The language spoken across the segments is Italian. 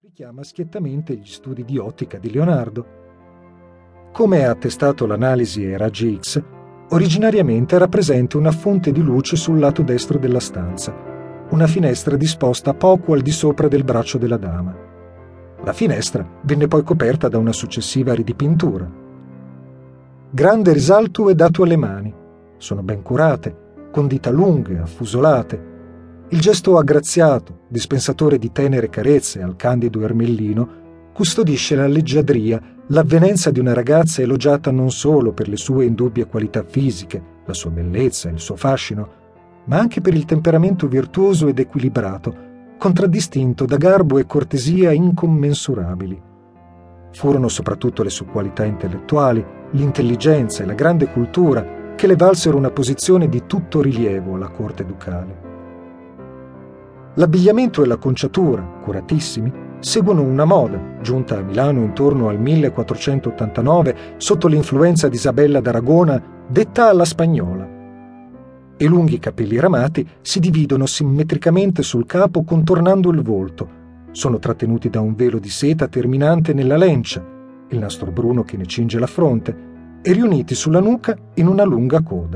richiama schiettamente gli studi di ottica di Leonardo. Come ha attestato l'analisi ai raggi X, originariamente era presente una fonte di luce sul lato destro della stanza, una finestra disposta poco al di sopra del braccio della dama. La finestra venne poi coperta da una successiva ridipintura. Grande risalto è dato alle mani, sono ben curate, con dita lunghe, affusolate. Il gesto aggraziato, dispensatore di tenere carezze al candido ermellino, custodisce la leggiadria, l'avvenenza di una ragazza elogiata non solo per le sue indubbie qualità fisiche, la sua bellezza e il suo fascino, ma anche per il temperamento virtuoso ed equilibrato, contraddistinto da garbo e cortesia incommensurabili. Furono soprattutto le sue qualità intellettuali, l'intelligenza e la grande cultura che le valsero una posizione di tutto rilievo alla corte ducale. L'abbigliamento e la conciatura, curatissimi, seguono una moda, giunta a Milano intorno al 1489 sotto l'influenza di Isabella d'Aragona, detta alla spagnola. I lunghi capelli ramati si dividono simmetricamente sul capo contornando il volto, sono trattenuti da un velo di seta terminante nella lencia, il nastro bruno che ne cinge la fronte, e riuniti sulla nuca in una lunga coda.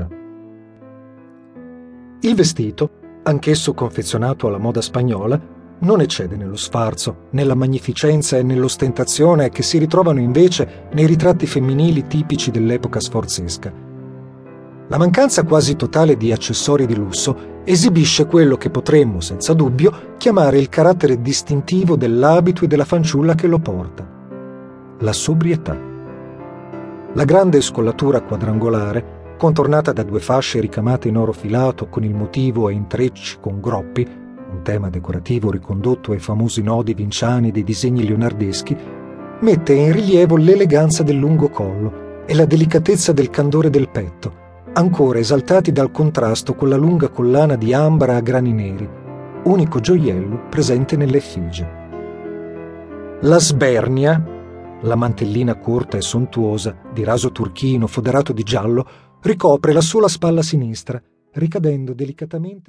Il vestito, anch'esso confezionato alla moda spagnola, non eccede nello sfarzo, nella magnificenza e nell'ostentazione che si ritrovano invece nei ritratti femminili tipici dell'epoca sforzesca. La mancanza quasi totale di accessori di lusso esibisce quello che potremmo, senza dubbio, chiamare il carattere distintivo dell'abito e della fanciulla che lo porta: la sobrietà. La grande scollatura quadrangolare, contornata da due fasce ricamate in oro filato con il motivo a intrecci con groppi, un tema decorativo ricondotto ai famosi nodi vinciani dei disegni leonardeschi, mette in rilievo l'eleganza del lungo collo e la delicatezza del candore del petto, ancora esaltati dal contrasto con la lunga collana di ambra a grani neri, unico gioiello presente nell'effigie. La sbernia, la mantellina corta e sontuosa, di raso turchino foderato di giallo, ricopre la sola spalla sinistra, ricadendo delicatamente